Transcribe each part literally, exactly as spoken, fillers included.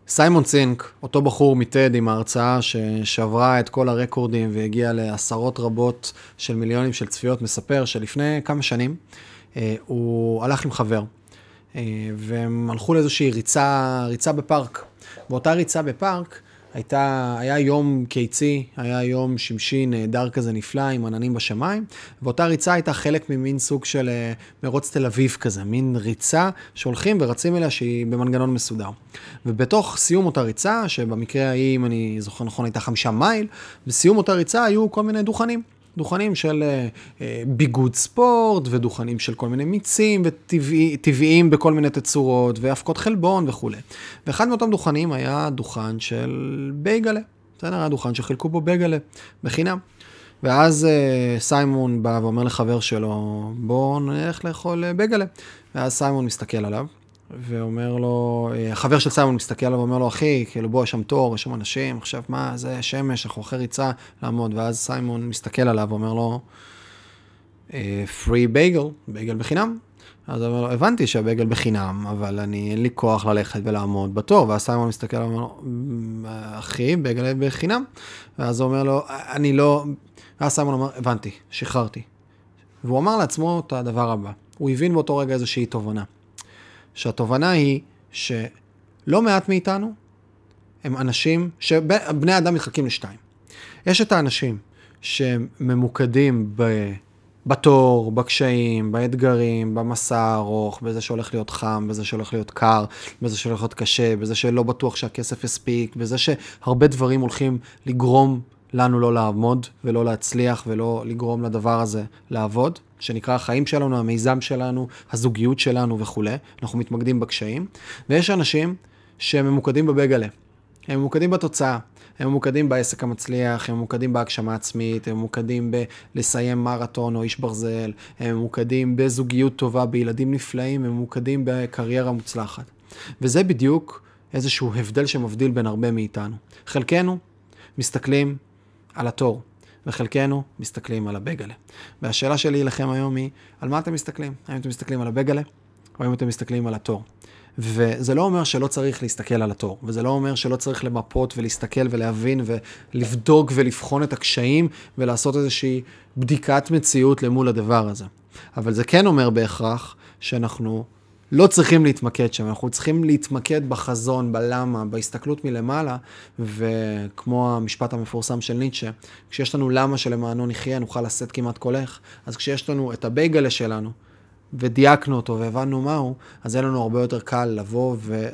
סיימון סינק, אותו בחור מטד עם ההרצאה ששברה את כל הרקורדים והגיע לעשרות רבות של מיליונים של צפיות, מספר שלפני כמה שנים הוא הלך עם חבר, והם הלכו לאיזושהי ריצה, ריצה בפארק. באותה ריצה בפארק הייתה, היה יום קיצי, היה יום שמשי נהדר כזה נפלא עם עננים בשמיים, ואותה ריצה הייתה חלק ממין סוג של מרוץ תל אביב כזה, מין ריצה שהולכים ורצים אליה שהיא במנגנון מסודר. ובתוך סיום אותה ריצה, שבמקרה ההיא, אם אני זוכר נכון, הייתה חמישה מייל, בסיום אותה ריצה היו כל מיני דוכנים. דוכנים של אה, ביגוד ספורט, ודוכנים של כל מיני מיצים, וטבעיים בכל מיני תצורות, והפקות חלבון וכו'. ואחד מאותם דוכנים היה דוכן של בייגלה. זה היה דוכן שחילקו בו בייגלה, בחינם. ואז אה, סיימון בא ואומר לחבר שלו, בוא נלך לאכול בייגלה. ואז סיימון מסתכל עליו, ואומר לו, החבר של סיימון מסתכל עליו ואומר לו, אחי, כאילו בוא, יש שם תור, יש שם אנשים, עכשיו מה, זה שמש, אנחנו אחרי ריצה לעמוד, ואז סיימון מסתכל עליו ואומר לו, free bagel, בייגל בחינם. אז הוא אומר לו, הבנתי שהבייגל בחינם, אבל אני אין לי כוח ללכת ולעמוד בתור, ואז סיימון מסתכל עליו ואומר לו, אחי, בייגל בחינם. ואז הוא אומר לו, אני לא, ואז סיימון אומר, הבנתי, שחררתי. והוא אמר לעצמו את הדבר הבא, הוא הבין באותו רגע איזושהי תובנה. שהתובנה היא שלא מעט מאיתנו הם אנשים שבני האדם מתחלקים לשתיים. יש את האנשים שממוקדים בתור, בקשיים, באתגרים, במסע הארוך, בזה שהולך להיות חם, בזה שהולך להיות קר, בזה שהולך להיות קשה, בזה שלא בטוח שהכסף יספיק, בזה שהרבה דברים הולכים לגרום לנו לא לעמוד ולא להצליח ולא לגרום לדבר הזה לעבוד, שנקרא החיים שלנו, המיזם שלנו, הזוגיות שלנו וכו'. אנחנו מתמקדים בקשיים. ויש אנשים שהם ממוקדים בבייגלה. הם ממוקדים בתוצאה. הם ממוקדים בעסק המצליח, הם ממוקדים בהגשמה עצמית, הם ממוקדים בלסיים מרתון או איש ברזל, הם ממוקדים בזוגיות טובה, בילדים נפלאים, הם ממוקדים בקריירה מוצלחת. וזה בדיוק איזשהו הבדל שמבדיל בין הרבה מאיתנו. חלקנו מסתכלים על התור. וחלקנו מסתכלים על הבייגלה. והשאלה שלי לכם היום היא, על מה אתם מסתכלים? האם אתם מסתכלים על הבייגלה, או האם אתם מסתכלים על התור? וזה לא אומר שלא צריך להסתכל על התור, וזה לא אומר שלא צריך למפות ולהסתכל ולהבין ולבדוק ולבחון את הקשיים ולעשות איזושהי בדיקת מציאות למול הדבר הזה. אבל זה כן אומר בהכרח שאנחנו לא צריכים להתמקד שם, אנחנו צריכים להתמקד בחזון, בלמה, בהסתכלות מלמעלה, וכמו המשפט המפורסם של ניטשה, כשיש לנו למה שלמענו נחיה, נוכל לשאת כמעט קולך, אז כשיש לנו את הבייגלה שלנו, ודייקנו אותו והבנו מהו, אז יהיה לנו הרבה יותר קל לבוא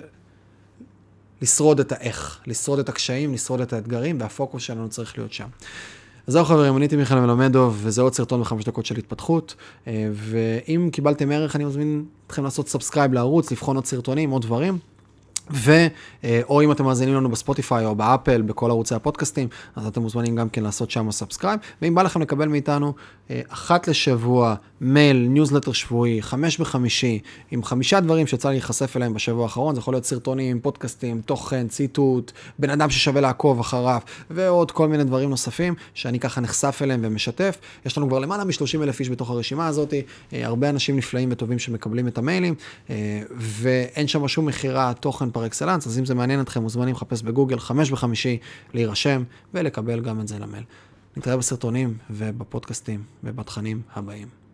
ולשרוד את האיך, לשרוד את הקשיים, לשרוד את האתגרים, והפוקוס שלנו צריך להיות שם. אז זהו חברים, אני הייתי מיכאל מלמדוב, וזה עוד סרטון בחמש דקות של התפתחות, ואם קיבלתם ערך, אני מזמין אתכם לעשות סאבסקרייב לערוץ, לבחון עוד סרטונים, עוד דברים, ו, או אם אתם מאזינים לנו בספוטיפיי או באפל, בכל ערוצי הפודקאסטים, אז אתם מוזמנים גם כן לעשות שם סאבסקרייב, ואם בא לכם לקבל מאיתנו אחת לשבוע, מייל, ניוזלטר שבועי, חמש בחמישי, עם חמישה דברים שצריך להיחשף אליהם בשבוע האחרון, זה יכול להיות סרטונים, פודקאסטים, תוכן, ציטוט, בן אדם ששווה לעקוב אחריו, ועוד כל מיני דברים נוספים, שאני ככה נחשף אליהם ומשתף. יש לנו כבר למעלה מ-שלושים אלף איש בתוך הרשימה הזאת, הרבה אנשים נפלאים וטובים שמקבלים את המיילים, ואין שם שום מחירה, תוכן פר אקסלנס, אז אם זה מעניין אתכם, מוזמנים לחפש בגוגל חמש בחמישי, להירשם ולקבל גם את זה למייל. נתראה בסרטונים ובפודקאסטים ובתכנים הבאים.